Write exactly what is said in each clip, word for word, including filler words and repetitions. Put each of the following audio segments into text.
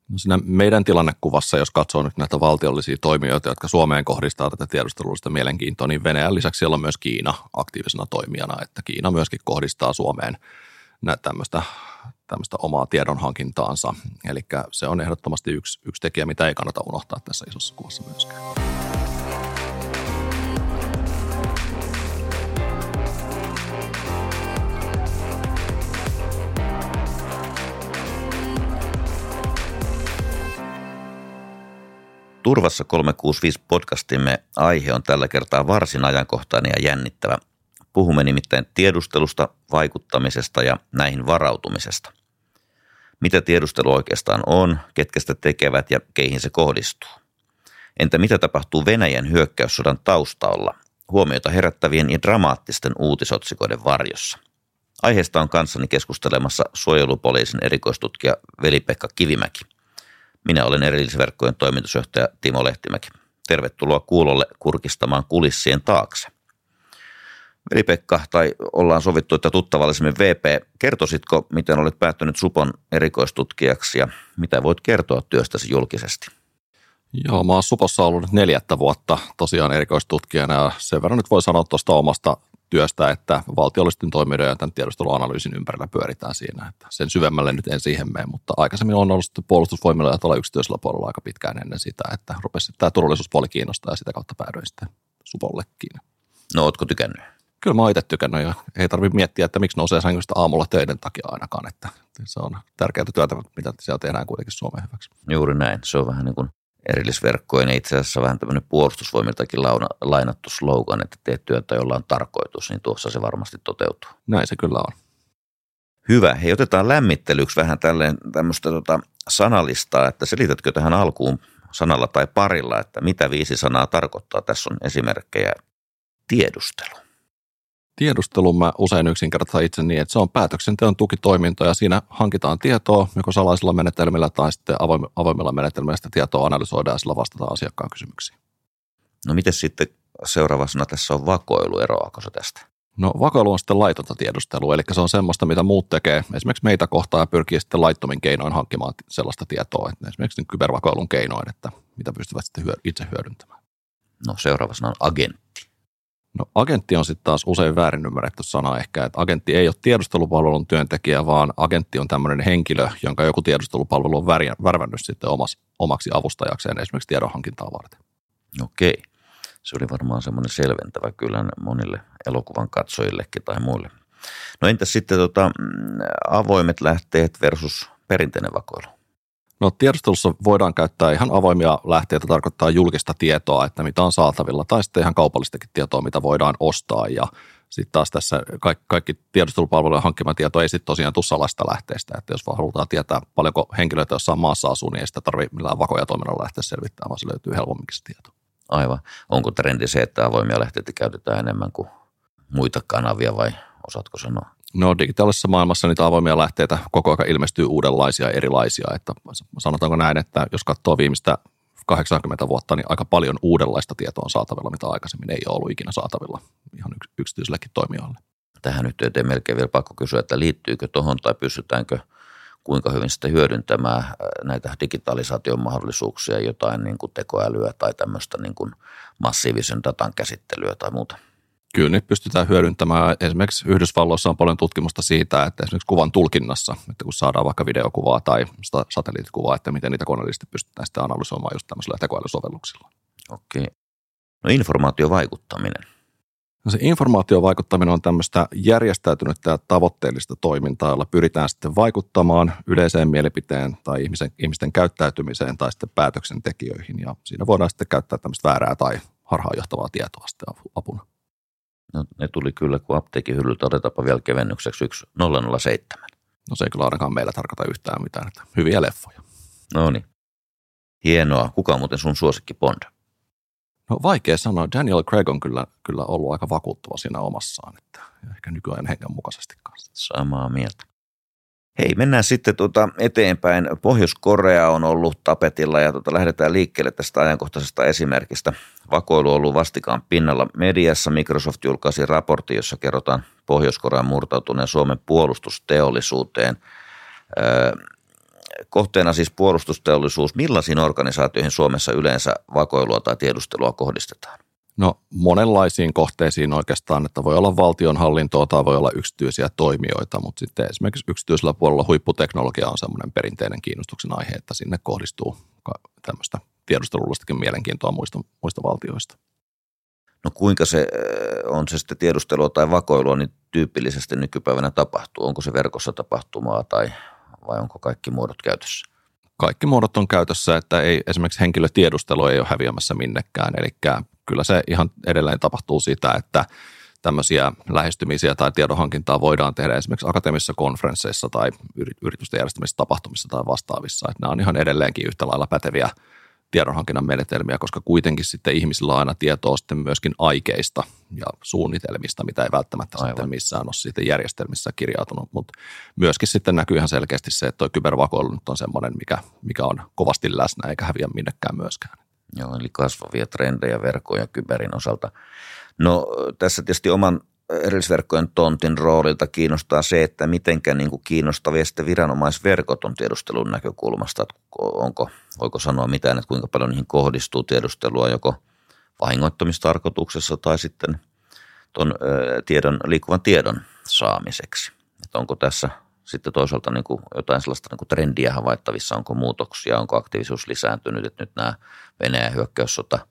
No siinä meidän tilannekuvassa, jos katsoo nyt näitä valtiollisia toimijoita, jotka Suomeen kohdistaa tätä tiedustelullista mielenkiintoa, niin Venäjän lisäksi siellä on myös Kiina aktiivisena toimijana, että Kiina myöskin kohdistaa Suomeen tämmöistä, tämmöistä omaa tiedonhankintaansa. Eli se on ehdottomasti yksi, yksi tekijä, mitä ei kannata unohtaa tässä isossa kuvassa myöskään. Turvassa kolmesataakuusikymmentäviisi podcastimme aihe on tällä kertaa varsin ajankohtainen ja jännittävä. Puhumme nimittäin tiedustelusta, vaikuttamisesta ja näihin varautumisesta. Mitä tiedustelu oikeastaan on, ketkä sitä tekevät ja keihin se kohdistuu? Entä mitä tapahtuu Venäjän hyökkäyssodan taustalla, huomiota herättävien ja dramaattisten uutisotsikoiden varjossa? Aiheesta on kanssani keskustelemassa suojelupoliisin erikoistutkija Veli-Pekka Kivimäki. Minä olen erillisverkkojen toimitusjohtaja Timo Lehtimäki. Tervetuloa kuulolle kurkistamaan kulissien taakse. Veli-Pekka, tai ollaan sovittu, että tuttavallisemmin V P, kertoisitko, miten olet päättynyt Supon erikoistutkijaksi ja mitä voit kertoa työstäsi julkisesti? Joo, mä oon Supossa ollut nyt neljättä vuotta tosiaan erikoistutkijana ja sen verran nyt voi sanoa tuosta omasta työstä, että valtiollisten toimijoiden ja tämän tiedusteluanalyysin ympärillä pyöritään siinä. Että sen syvemmälle nyt en siihen mene, mutta aikaisemmin on ollut puolustusvoimilla ja tuolla yksityisellä puolella aika pitkään ennen sitä, että rupesi tämä turvallisuuspuoli kiinnostaa ja sitä kautta päädyin sitten Supollekin. No, ootko tykännyt? Kyllä mä oon itse tykännyt ja ei tarvitse miettiä, että miksi nousee sängystä aamulla töiden takia ainakaan, että se on tärkeää työtä, mitä siellä tehdään kuitenkin Suomen hyväksi. Juuri näin. Se on vähän niin kuin erillisverkkojen itse asiassa vähän tämmöinen puolustusvoimiltakin launa, lainattu slogan, että teet työtä, jolla on tarkoitus, niin tuossa se varmasti toteutuu. Näin se kyllä on. Hyvä. Hei, otetaan lämmittelyksi vähän tälleen tämmöistä tota sanalistaa, että selitätkö tähän alkuun sanalla tai parilla, että mitä viisi sanaa tarkoittaa. Tässä on esimerkkejä. Tiedustelu. Tiedustelun mä usein yksinkertaisesti itse niin, että se on päätöksenteon tukitoiminto ja siinä hankitaan tietoa joko salaisilla menetelmillä tai sitten avoimilla menetelmillä sitä tietoa analysoidaan ja sillä vastataan asiakkaan kysymyksiin. No miten sitten seuraavana tässä on vakoilu, eroaako se tästä? No vakoilu on sitten laitonta tiedustelua, eli se on semmoista, mitä muut tekee esimerkiksi meitä kohtaan ja pyrkii sitten laittomin keinoin hankkimaan sellaista tietoa, että esimerkiksi kybervakoilun keinoin, että mitä pystyvät sitten itse hyödyntämään. No seuraavana on agentti. No agentti on sitten taas usein väärin ymmärretty sana ehkä, että agentti ei ole tiedustelupalvelun työntekijä, vaan agentti on tämmöinen henkilö, jonka joku tiedustelupalvelu on värvännyt sitten omas, omaksi avustajakseen esimerkiksi tiedonhankintaa varten. Okei, se oli varmaan semmoinen selventävä kyllä monille elokuvan katsojillekin tai muille. No entäs sitten tota, avoimet lähteet versus perinteinen vakoilu? No tiedustelussa voidaan käyttää ihan avoimia lähteitä, tarkoittaa julkista tietoa, että mitä on saatavilla, tai sitten ihan kaupallistakin tietoa, mitä voidaan ostaa. Ja sitten taas tässä kaikki, kaikki tiedustelupalvelujen hankkima tieto ei sitten tosiaan tule salaista lähteistä, että jos vaan halutaan tietää paljonko henkilöitä jossain maassa asuu, niin ei sitä tarvitse millään vakoja toiminnalla lähteä selvittämään, vaan se löytyy helpomminkin se tieto. Aivan. Onko trendi se, että avoimia lähteitä käytetään enemmän kuin muita kanavia vai osaatko sanoa? No digitaalisessa maailmassa niitä avoimia lähteitä koko ajan ilmestyy uudenlaisia erilaisia, että sanotaanko näin, että jos katsoo viimeistä kahdeksankymmentä vuotta, niin aika paljon uudenlaista tietoa on saatavilla, mitä aikaisemmin ei ole ollut ikinä saatavilla ihan yksityisellekin toimijoille. Tähän yhteyteen melkein vielä pakko kysyä, että liittyykö tuohon tai pystytäänkö kuinka hyvin sitten hyödyntämään näitä digitalisaation mahdollisuuksia, jotain niin kuin tekoälyä tai tämmöistä niin kuin massiivisen datan käsittelyä tai muuta? Kyllä nyt pystytään hyödyntämään. Esimerkiksi Yhdysvalloissa on paljon tutkimusta siitä, että esimerkiksi kuvan tulkinnassa, että kun saadaan vaikka videokuvaa tai satelliittikuvaa, että miten niitä koneellisesti pystytään sitten analysoimaan just tämmöisillä tekoälysovelluksilla. Okei. No informaatiovaikuttaminen. No se informaatiovaikuttaminen on tämmöistä järjestäytynyttä ja tavoitteellista toimintaa, jolla pyritään sitten vaikuttamaan yleiseen mielipiteen tai ihmisen, ihmisten käyttäytymiseen tai sitten päätöksentekijöihin. Ja siinä voidaan sitten käyttää tämmöistä väärää tai harhaanjohtavaa tietoa sitten apuna. No ne tuli kyllä, kun apteekin hyllyltä otetaanpa vielä kevennykseksi yksi nolla nolla seitsemän. No se ei kyllä ainakaan meillä tarkoita yhtään mitään, että hyviä leffoja. No niin. Hienoa. Kuka on muuten sun suosikki Bond? No vaikea sanoa. Daniel Craig on kyllä, kyllä ollut aika vakuuttava siinä omassaan, että ehkä nykyajan hengen mukaisesti kanssa. Samaa mieltä. Hei, mennään sitten tuota eteenpäin. Pohjois-Korea on ollut tapetilla ja tuota lähdetään liikkeelle tästä ajankohtaisesta esimerkistä. Vakoilu on ollut vastikään pinnalla mediassa. Microsoft julkaisi raportti, jossa kerrotaan Pohjois-Korean murtautuneen Suomen puolustusteollisuuteen. Öö, kohteena siis puolustusteollisuus. Millaisiin organisaatioihin Suomessa yleensä vakoilua tai tiedustelua kohdistetaan? No monenlaisiin kohteisiin oikeastaan, että voi olla valtionhallintoa tai voi olla yksityisiä toimijoita, mutta sitten esimerkiksi yksityisellä puolella huipputeknologia on semmoinen perinteinen kiinnostuksen aihe, että sinne kohdistuu tämmöistä tiedustelullistakin mielenkiintoa muista, muista valtioista. No kuinka se on se sitten tiedustelua tai vakoilua, niin tyypillisesti nykypäivänä tapahtuu? Onko se verkossa tapahtumaa tai vai onko kaikki muodot käytössä? Kaikki muodot on käytössä, että ei, esimerkiksi henkilötiedustelu ei ole häviämässä minnekään, eli kyllä se ihan edelleen tapahtuu sitä, että tämmöisiä lähestymisiä tai tiedonhankintaa voidaan tehdä esimerkiksi akateemisissa konferensseissa tai yritysten järjestämissä tapahtumissa tai vastaavissa, että nämä on ihan edelleenkin yhtä lailla päteviä tiedonhankinnan menetelmiä, koska kuitenkin sitten ihmisillä on aina tietoa sitten myöskin aikeista ja suunnitelmista, mitä ei välttämättä Aivan. sitten missään ole sitten järjestelmissä kirjautunut, mutta myöskin sitten näkyy ihan selkeästi se, että tuo kybervakoilu nyt on semmoinen, mikä, mikä on kovasti läsnä eikä häviä minnekään myöskään. Joo, eli kasvavia trendejä verkon ja kyberin osalta. No tässä tietysti oman erillisverkkojen tontin roolilta kiinnostaa se, että mitenkä niin kuin kiinnostavia sitten viranomaisverkot on tiedustelun näkökulmasta. Että onko, voiko sanoa mitään, että kuinka paljon niihin kohdistuu tiedustelua joko vahingoittamistarkoituksessa tai sitten ton tiedon, liikkuvan tiedon saamiseksi. Että onko tässä sitten toisaalta niin kuin jotain sellaista niin kuin trendiä havaittavissa, onko muutoksia, onko aktiivisuus lisääntynyt, että nyt nämä Venäjän hyökkäyssota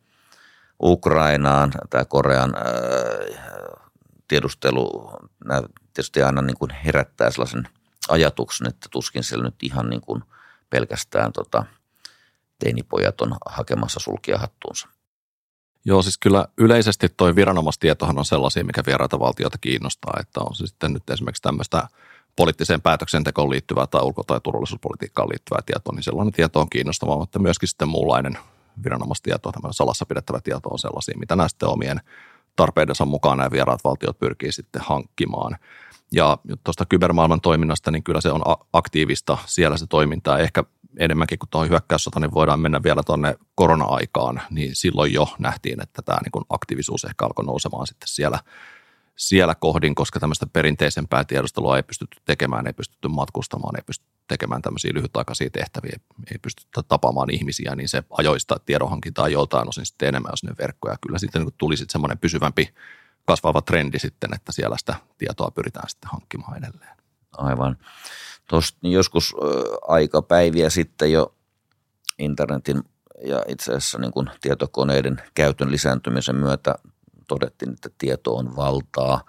Ukrainaan, tämä Korean ää, tiedustelu, nämä tietysti aina niin kuin herättää sellaisen ajatuksen, että tuskin siellä nyt ihan niin kuin pelkästään tota, teinipojat on hakemassa sulkia hattuunsa. Joo, siis kyllä yleisesti toi viranomaistietohan on sellaisia, mikä vieraita valtioita kiinnostaa, että on se sitten nyt esimerkiksi tämmöistä poliittiseen päätöksentekoon liittyvää tai ulko- tai turvallisuuspolitiikkaan liittyvää tietoa, niin sellainen tieto on kiinnostavaa, mutta myöskin sitten muunlainen viranomaistieto, tämmöinen salassa pidettävä tieto on sellaisia, mitä nämä sitten omien tarpeidensa mukaan nämä vieraat valtiot pyrkii sitten hankkimaan. Ja tuosta kybermaailman toiminnasta, niin kyllä se on aktiivista siellä se toiminta. Ehkä enemmänkin kuin tuohon hyökkäyssota, niin voidaan mennä vielä tuonne korona-aikaan, niin silloin jo nähtiin, että tämä niin kuin aktiivisuus ehkä alkoi nousemaan sitten siellä, siellä kohdin, koska tämmöistä perinteisempää tiedustelua ei pystytty tekemään, ei pystytty matkustamaan, ei pystytty tekemään tämmöisiä lyhytaikaisia tehtäviä, ei pystytty tapaamaan ihmisiä, niin se ajoi sitä tiedonhankintaa joltain osin sitten enemmän jo sinne verkkoja. Kyllä sitten niin tuli sitten semmoinen pysyvämpi kasvava trendi sitten, että siellä sitä tietoa pyritään sitten hankkimaan edelleen. Aivan. Tuossa joskus aika päiviä sitten jo internetin ja itse asiassa niin kuin tietokoneiden käytön lisääntymisen myötä todettiin, että tieto on valtaa.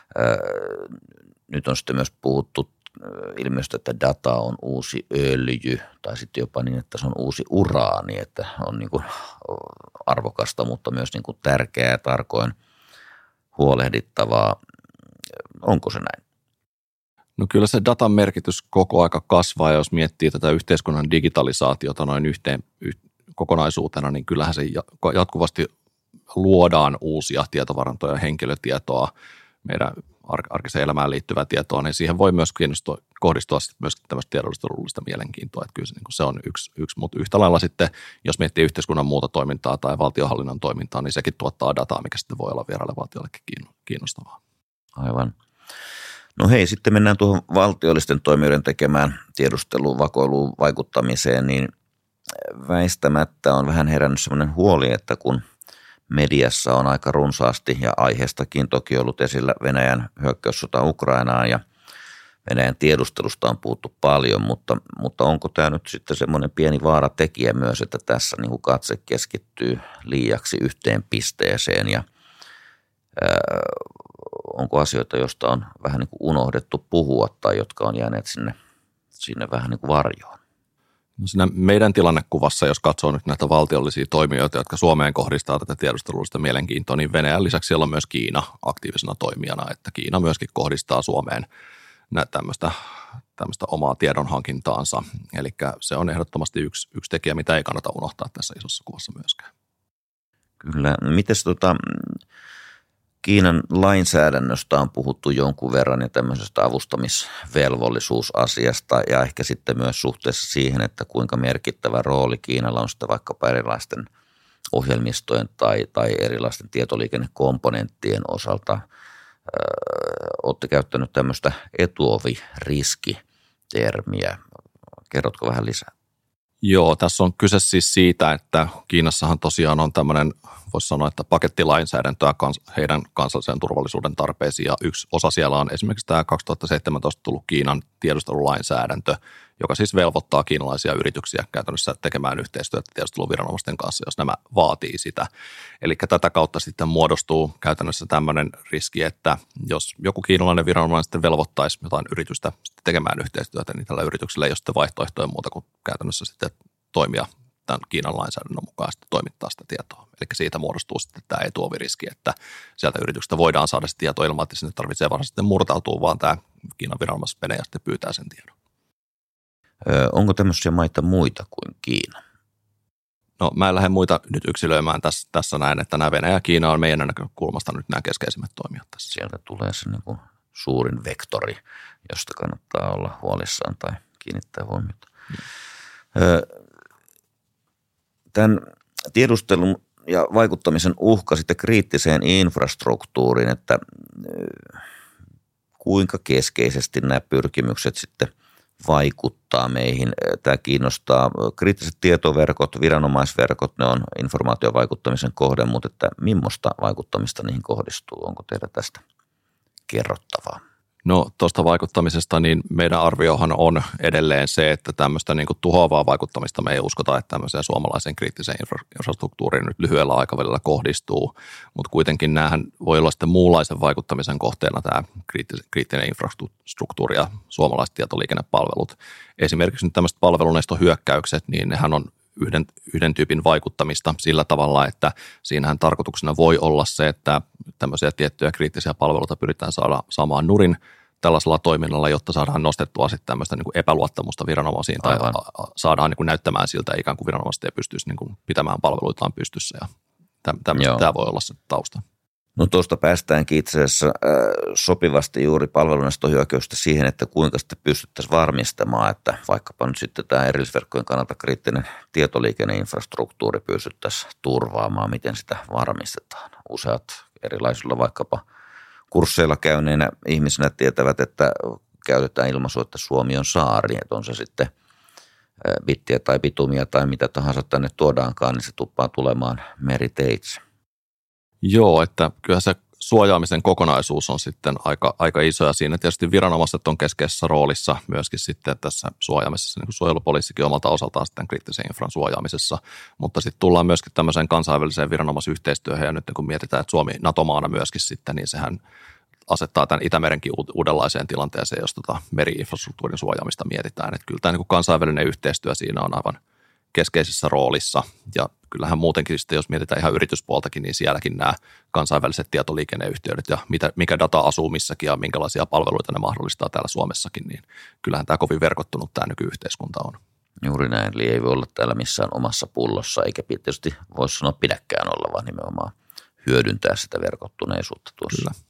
Nyt on sitten myös puhuttu ilmiöstä, että data on uusi öljy tai sitten jopa niin, että se on uusi uraani, että on niin kuin arvokasta, mutta myös niin kuin tärkeää ja tarkoin huolehdittavaa. Onko se näin? No kyllä se datan merkitys koko aika kasvaa, ja jos miettii tätä yhteiskunnan digitalisaatiota noin yhteen kokonaisuutena, niin kyllähän se jatkuvasti luodaan uusia tietovarantoja, henkilötietoa, meidän arkiseen elämään liittyvää tietoa, niin siihen voi myös kohdistua myös tämmöistä tiedollista mielenkiintoa, että kyllä se, niin se on yksi, yksi, mutta yhtä lailla sitten, jos miettii yhteiskunnan muuta toimintaa tai valtionhallinnon toimintaa, niin sekin tuottaa dataa, mikä sitten voi olla vieraille valtiollekin kiinnostavaa. Aivan. No hei, sitten mennään tuohon valtiollisten toimijoiden tekemään tiedusteluun, vakoiluun, vaikuttamiseen, niin väistämättä on vähän herännyt sellainen huoli, että kun mediassa on aika runsaasti ja aiheestakin toki ollut esillä Venäjän hyökkäyssota Ukrainaan ja Venäjän tiedustelusta on puhuttu paljon, mutta, mutta onko tämä nyt sitten semmoinen pieni vaaratekijä myös, että tässä niin kuin katse keskittyy liiaksi yhteen pisteeseen ja ää, onko asioita, joista on vähän niin kuin unohdettu puhua tai jotka on jääneet sinne, sinne vähän niin kuin varjoon? No siinä meidän tilannekuvassa, jos katsoo nyt näitä valtiollisia toimijoita, jotka Suomeen kohdistaa tätä tiedustelullista mielenkiintoa, niin Venäjän lisäksi siellä on myös Kiina aktiivisena toimijana, että Kiina myöskin kohdistaa Suomeen tämmöistä, tämmöistä omaa tiedonhankintaansa. Eli se on ehdottomasti yksi, yksi tekijä, mitä ei kannata unohtaa tässä isossa kuvassa myöskään. Kyllä. Mites tota, Kiinan lainsäädännöstä on puhuttu jonkun verran ja tämmöisestä avustamisvelvollisuusasiasta ja ehkä sitten myös suhteessa siihen, että kuinka merkittävä rooli Kiinalla on sitten vaikkapa erilaisten ohjelmistojen tai, tai erilaisten tietoliikennekomponenttien osalta. Öö, olette käyttänyt tämmöistä etuoviriski-termiä. Kerrotko vähän lisää? Joo, tässä on kyse siis siitä, että Kiinassahan tosiaan on tämmöinen, voisi sanoa, että pakettilainsäädäntöä kans, heidän kansallisen turvallisuuden tarpeisiin. Ja yksi osa siellä on esimerkiksi tämä kaksituhattaseitsemäntoista tullut Kiinan tiedustelulainsäädäntö, joka siis velvoittaa kiinalaisia yrityksiä käytännössä tekemään yhteistyötä tiedusteluviranomaisten kanssa, jos nämä vaatii sitä. Eli tätä kautta sitten muodostuu käytännössä tämmöinen riski, että jos joku kiinalainen viranomainen sitten velvoittaisi jotain yritystä tekemään yhteistyötä, niin tällä yrityksellä ei ole sitten vaihtoehtoja muuta kuin käytännössä sitten toimia tämän Kiinan lainsäädännön mukaan sitten toimittaa sitä tietoa. Eli siitä muodostuu sitten tämä etuoviriski, että sieltä yrityksestä voidaan saada se tieto ilman, että sinne tarvitsee vaan sitten murtautua, vaan tämä Kiinan viranomaiset menee ja sitten pyytää sen tiedon. Öö, onko tämmöisiä maita muita kuin Kiina? No mä en lähde muita nyt yksilöimään tässä, tässä näin, että nämä Venäjä ja Kiina on meidän näkökulmasta nyt nämä keskeisimmät toimijat tässä. Sieltä tulee se niin kuin suurin vektori, josta kannattaa olla huolissaan tai kiinnittää huomiota. Hmm. Öö, Tämän tiedustelun ja vaikuttamisen uhka sitten kriittiseen infrastruktuuriin, että kuinka keskeisesti nämä pyrkimykset sitten vaikuttaa meihin. Tämä kiinnostaa kriittiset tietoverkot, viranomaisverkot, ne on informaatiovaikuttamisen kohde, mutta että millaista vaikuttamista niihin kohdistuu? Onko teillä tästä kerrottavaa? No tuosta vaikuttamisesta, niin meidän arviohan on edelleen se, että tämmöistä niin kuin tuhoavaa vaikuttamista me ei uskota, että tämmöiseen suomalaiseen kriittiseen infrastruktuuriin nyt lyhyellä aikavälillä kohdistuu, mutta kuitenkin näähän voi olla sitten muunlaisen vaikuttamisen kohteena tämä kriittinen infrastruktuuri ja suomalaiset tietoliikennepalvelut. Esimerkiksi nyt tämmöiset palvelunestohyökkäykset, niin nehän on yhden, yhden tyypin vaikuttamista sillä tavalla, että siinähän tarkoituksena voi olla se, että tämmöisiä tiettyjä kriittisiä palveluita pyritään saada, saamaan nurin tällaisella toiminnalla, jotta saadaan nostettua sitten tämmöistä niin kuin epäluottamusta viranomaisiin tai Aivan. saadaan niin kuin näyttämään siltä, ikään kuin viranomaiset ei pystyisi niin kuin pitämään palveluitaan pystyssä ja tämmöistä, tämä voi olla se tausta. No tuosta päästäänkin itse asiassa äh, sopivasti juuri palvelunestohyökkäystä siihen, että kuinka sitten pystyttäisiin varmistamaan, että vaikkapa nyt sitten tämä erillisverkkojen kannalta kriittinen tietoliikenneinfrastruktuuri pystyttäisiin turvaamaan, miten sitä varmistetaan. Useat erilaisilla vaikkapa kursseilla käyneenä ihmisenä tietävät, että käytetään ilmaisua, että Suomi on saari, että on se sitten bittiä tai bitumia tai mitä tahansa tänne tuodaankaan, niin se tuppaa tulemaan meriteitse. Joo, että kyllä se suojaamisen kokonaisuus on sitten aika, aika iso ja siinä tietysti viranomaiset on keskeisessä roolissa myöskin sitten tässä suojaamisessa, niin kuin suojelupoliisikin omalta osaltaan sitten kriittisen infran suojaamisessa, mutta sitten tullaan myöskin tämmöiseen kansainväliseen viranomaisyhteistyöhön ja nyt kun mietitään, että Suomi NATO-maana myöskin sitten, niin sehän asettaa tämän Itämerenkin uudenlaiseen tilanteeseen, jos tota meri-infrastruktuurin suojaamista mietitään, että kyllä tämä niin kuin kansainvälinen yhteistyö siinä on aivan keskeisessä roolissa ja kyllähän muutenkin sitten, jos mietitään ihan yrityspuoltakin, niin sielläkin nämä kansainväliset tietoliikenneyhteydet ja mitä, mikä data asuu missäkin ja minkälaisia palveluita ne mahdollistaa täällä Suomessakin, niin kyllähän tämä kovin verkottunut tämä nykyyhteiskunta on. Juuri näin, eli ei voi olla täällä missään omassa pullossa, eikä tietysti voisi sanoa pidäkään olla, vaan nimenomaan hyödyntää sitä verkottuneisuutta tuossa. Kyllä.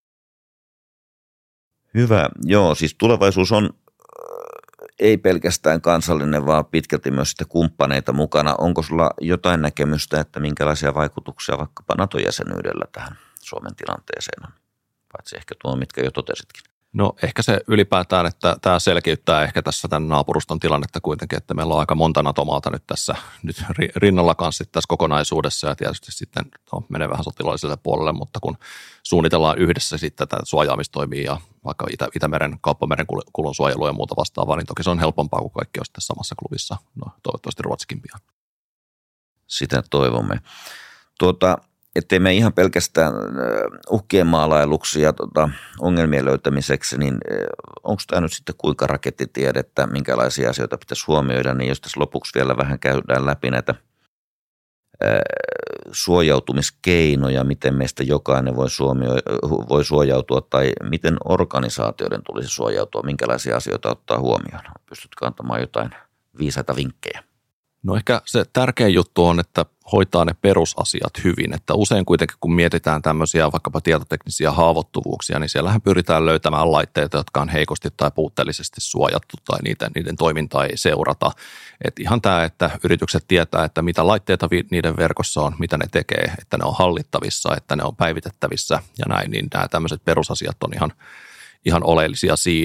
Hyvä, joo, siis tulevaisuus on ei pelkästään kansallinen, vaan pitkälti myös sitten kumppaneita mukana. Onko sulla jotain näkemystä, että minkälaisia vaikutuksia vaikkapa NATO-jäsenyydellä tähän Suomen tilanteeseen on? Paitsi ehkä tuo, mitkä jo totesitkin. No ehkä se ylipäätään, että tämä selkeyttää ehkä tässä tämän naapuruston tilannetta kuitenkin, että meillä on aika monta NATO-maata nyt tässä nyt rinnalla kanssa tässä kokonaisuudessa ja tietysti sitten no, menee vähän sotilaalliselle puolelle, mutta kun suunnitellaan yhdessä sitten tätä suojaamistoimia ja vaikka Itä- Itämeren, kauppameren kulun suojelua ja muuta vastaavaa, niin toki se on helpompaa kuin kaikki on sitten samassa klubissa, no toivottavasti Ruotsikin pian. Sitä toivomme. Tuota... Ettei me ihan pelkästään uhkien maalailuksi ja tuota, ongelmien löytämiseksi, niin onko tämä nyt sitten kuinka rakettitiedettä, minkälaisia asioita pitäisi huomioida, niin jos tässä lopuksi vielä vähän käydään läpi näitä ää, suojautumiskeinoja, miten meistä jokainen voi, suomio, voi suojautua tai miten organisaatioiden tulisi suojautua, minkälaisia asioita ottaa huomioon. Pystytkö antamaan jotain viisaita vinkkejä? No ehkä se tärkein juttu on, että hoitaa ne perusasiat hyvin, että usein kuitenkin kun mietitään tämmöisiä vaikkapa tietoteknisiä haavoittuvuuksia, niin siellähän pyritään löytämään laitteita, jotka on heikosti tai puutteellisesti suojattu tai niiden, niiden toimintaa ei seurata. Et ihan tämä, että yritykset tietää, että mitä laitteita niiden verkossa on, mitä ne tekee, että ne on hallittavissa, että ne on päivitettävissä ja näin, niin nämä tämmöiset perusasiat on ihan, ihan oleellisia siinä.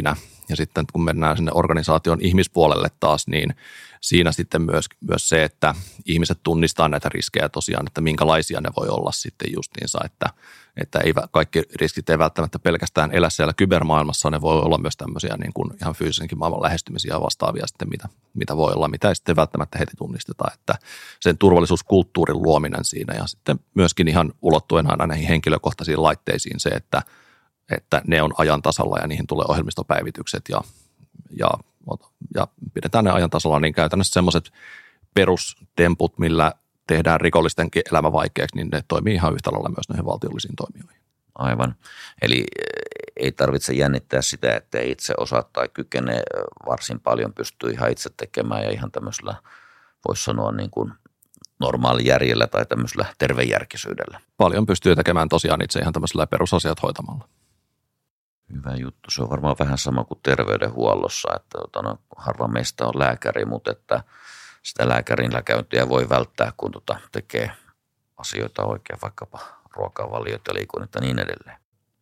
Ja sitten kun mennään sinne organisaation ihmispuolelle taas, niin siinä sitten myös, myös se, että ihmiset tunnistaa näitä riskejä tosiaan, että minkälaisia ne voi olla sitten justiinsa, että, että ei, kaikki riskit ei välttämättä pelkästään elä siellä kybermaailmassa, ne voi olla myös tämmöisiä niin kuin ihan fyysisenkin maailman lähestymisiä vastaavia sitten, mitä, mitä voi olla, mitä ei sitten välttämättä heti tunnisteta, että sen turvallisuuskulttuurin luominen siinä ja sitten myöskin ihan ulottuen aina näihin henkilökohtaisiin laitteisiin se, että, että ne on ajan tasalla ja niihin tulee ohjelmistopäivitykset ja, ja ja pidetään ne ajan tasalla, niin käytännössä semmoiset perustemput, millä tehdään rikollistenkin elämä vaikeaksi, niin ne toimii ihan yhtä lailla myös näihin valtiollisiin toimijoihin. Aivan. Eli ei tarvitse jännittää sitä, että ei itse osaa tai kykene, varsin paljon pystyy ihan itse tekemään ja ihan tämmöisellä, voisi sanoa niin kuin normaalijärjellä tai tämmöisellä tervejärkisyydellä. Paljon pystyy tekemään tosiaan itse ihan tämmöisellä perusasiat hoitamalla. Hyvä juttu. Se on varmaan vähän sama kuin terveydenhuollossa, että no, harva meistä on lääkäri, mutta että sitä lääkärillä käyntiä voi välttää, kun tota tekee asioita oikein, vaikkapa ruokavaliot ja liikunnat ja niin edelleen.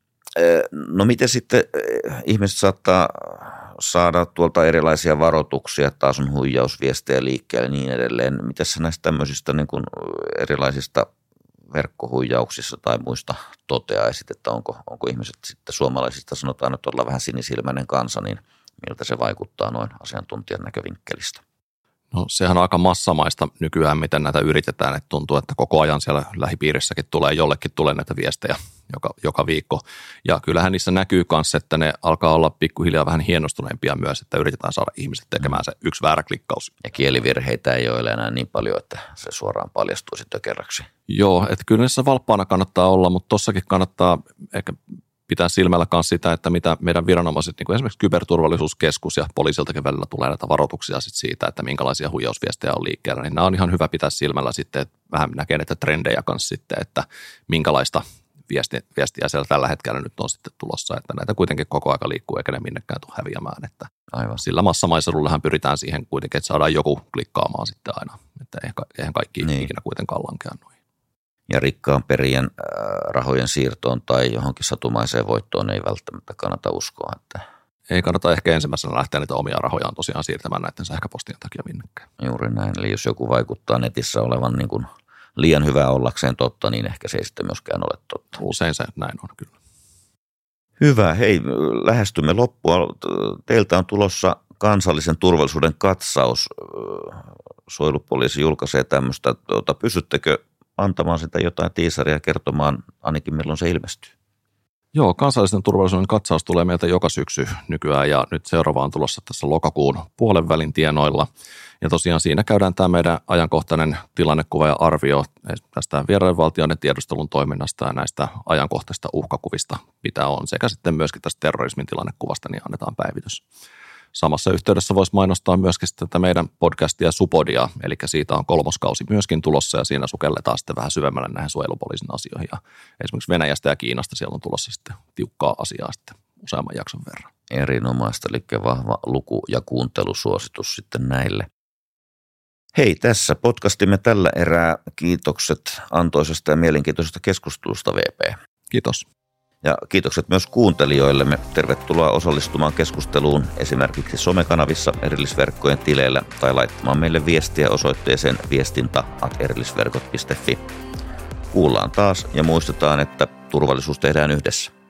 No miten sitten ihmiset saattaa saada tuolta erilaisia varoituksia, taas on huijausviestejä liikkeelle ja niin edelleen. Miten sä näistä tämmöisistä niin kuin erilaisista verkkohuijauksissa tai muista toteaisit, että onko, onko ihmiset sitten suomalaisista, sanotaan, että ollaan vähän sinisilmäinen kansa, niin miltä se vaikuttaa noin asiantuntijan näkövinkkelistä? No sehän on aika massamaista nykyään, miten näitä yritetään, että tuntuu, että koko ajan siellä lähipiirissäkin tulee, jollekin tulee näitä viestejä joka, joka viikko. Ja kyllähän niissä näkyy myös, että ne alkaa olla pikkuhiljaa vähän hienostuneempia myös, että yritetään saada ihmiset tekemään se yksi väärä klikkaus. Ja kielivirheitä ei ole enää niin paljon, että se suoraan paljastuisi tökerraksi. Joo, että kyllä niissä valppaana kannattaa olla, mutta tossakin kannattaa ehkä pitää silmällä myös sitä, että mitä meidän viranomaiset, niin kuin esimerkiksi Kyberturvallisuuskeskus ja poliisiltakin välillä tulee näitä varoituksia sit siitä, että minkälaisia huijausviestejä on liikkeellä, niin nämä on ihan hyvä pitää silmällä sitten, että vähän näkee näitä trendejä kanssa sitten, että minkälaista viestiä siellä tällä hetkellä nyt on sitten tulossa, että näitä kuitenkin koko aika liikkuu eikä ne minnekään tule häviämään, että aivan. Sillä massamaisedullahan pyritään siihen kuitenkin, että saadaan joku klikkaamaan sitten aina, että eihän kaikki niin. ikinä kuitenkaan lankea noin. Ja rikkaan perijän äh, rahojen siirtoon tai johonkin satumaiseen voittoon ei välttämättä kannata uskoa. Että ei kannata ehkä ensimmäisenä lähteä niitä omia rahojaan tosiaan siirtämään näiden sähköpostien takia minnekään. Juuri näin. Eli jos joku vaikuttaa netissä olevan niin kuin liian hyvää ollakseen totta, niin ehkä se ei sitten myöskään ole totta. Usein se näin on kyllä. Hyvä. Hei, lähestymme loppua. Teiltä on tulossa kansallisen turvallisuuden katsaus. Suojelupoliisi julkaisee tämmöistä. Tuota, pystyttekö antamaan sitä jotain tiisaria kertomaan ainakin milloin se ilmestyy? Joo, kansallisen turvallisuuden katsaus tulee meiltä joka syksy nykyään ja nyt seuraava on tulossa tässä lokakuun puolen välin tienoilla. Ja tosiaan siinä käydään tämä meidän ajankohtainen tilannekuva ja arvio tästä vieraiden valtioiden tiedustelun toiminnasta ja näistä ajankohtaisista uhkakuvista, mitä on, sekä sitten myöskin tästä terrorismin tilannekuvasta, niin annetaan päivitys. Samassa yhteydessä voisi mainostaa myöskin tätä meidän podcastia Supodia, eli siitä on kolmoskausi myöskin tulossa ja siinä sukelletaan sitten vähän syvemmälle näihin suojelupoliisin asioihin. Ja esimerkiksi Venäjästä ja Kiinasta siellä on tulossa sitten tiukkaa asiaa sitten useamman jakson verran. Erinomaista, eli vahva luku- ja kuuntelusuositus sitten näille. Hei, tässä podcastimme tällä erää. Kiitokset antoisesta ja mielenkiintoisesta keskustelusta V P. Kiitos. Ja kiitokset myös kuuntelijoillemme. Tervetuloa osallistumaan keskusteluun esimerkiksi somekanavissa erillisverkkojen tileillä tai laittamaan meille viestiä osoitteeseen viestintä at erillisverkot piste fi. Kuullaan taas ja muistetaan, että turvallisuus tehdään yhdessä.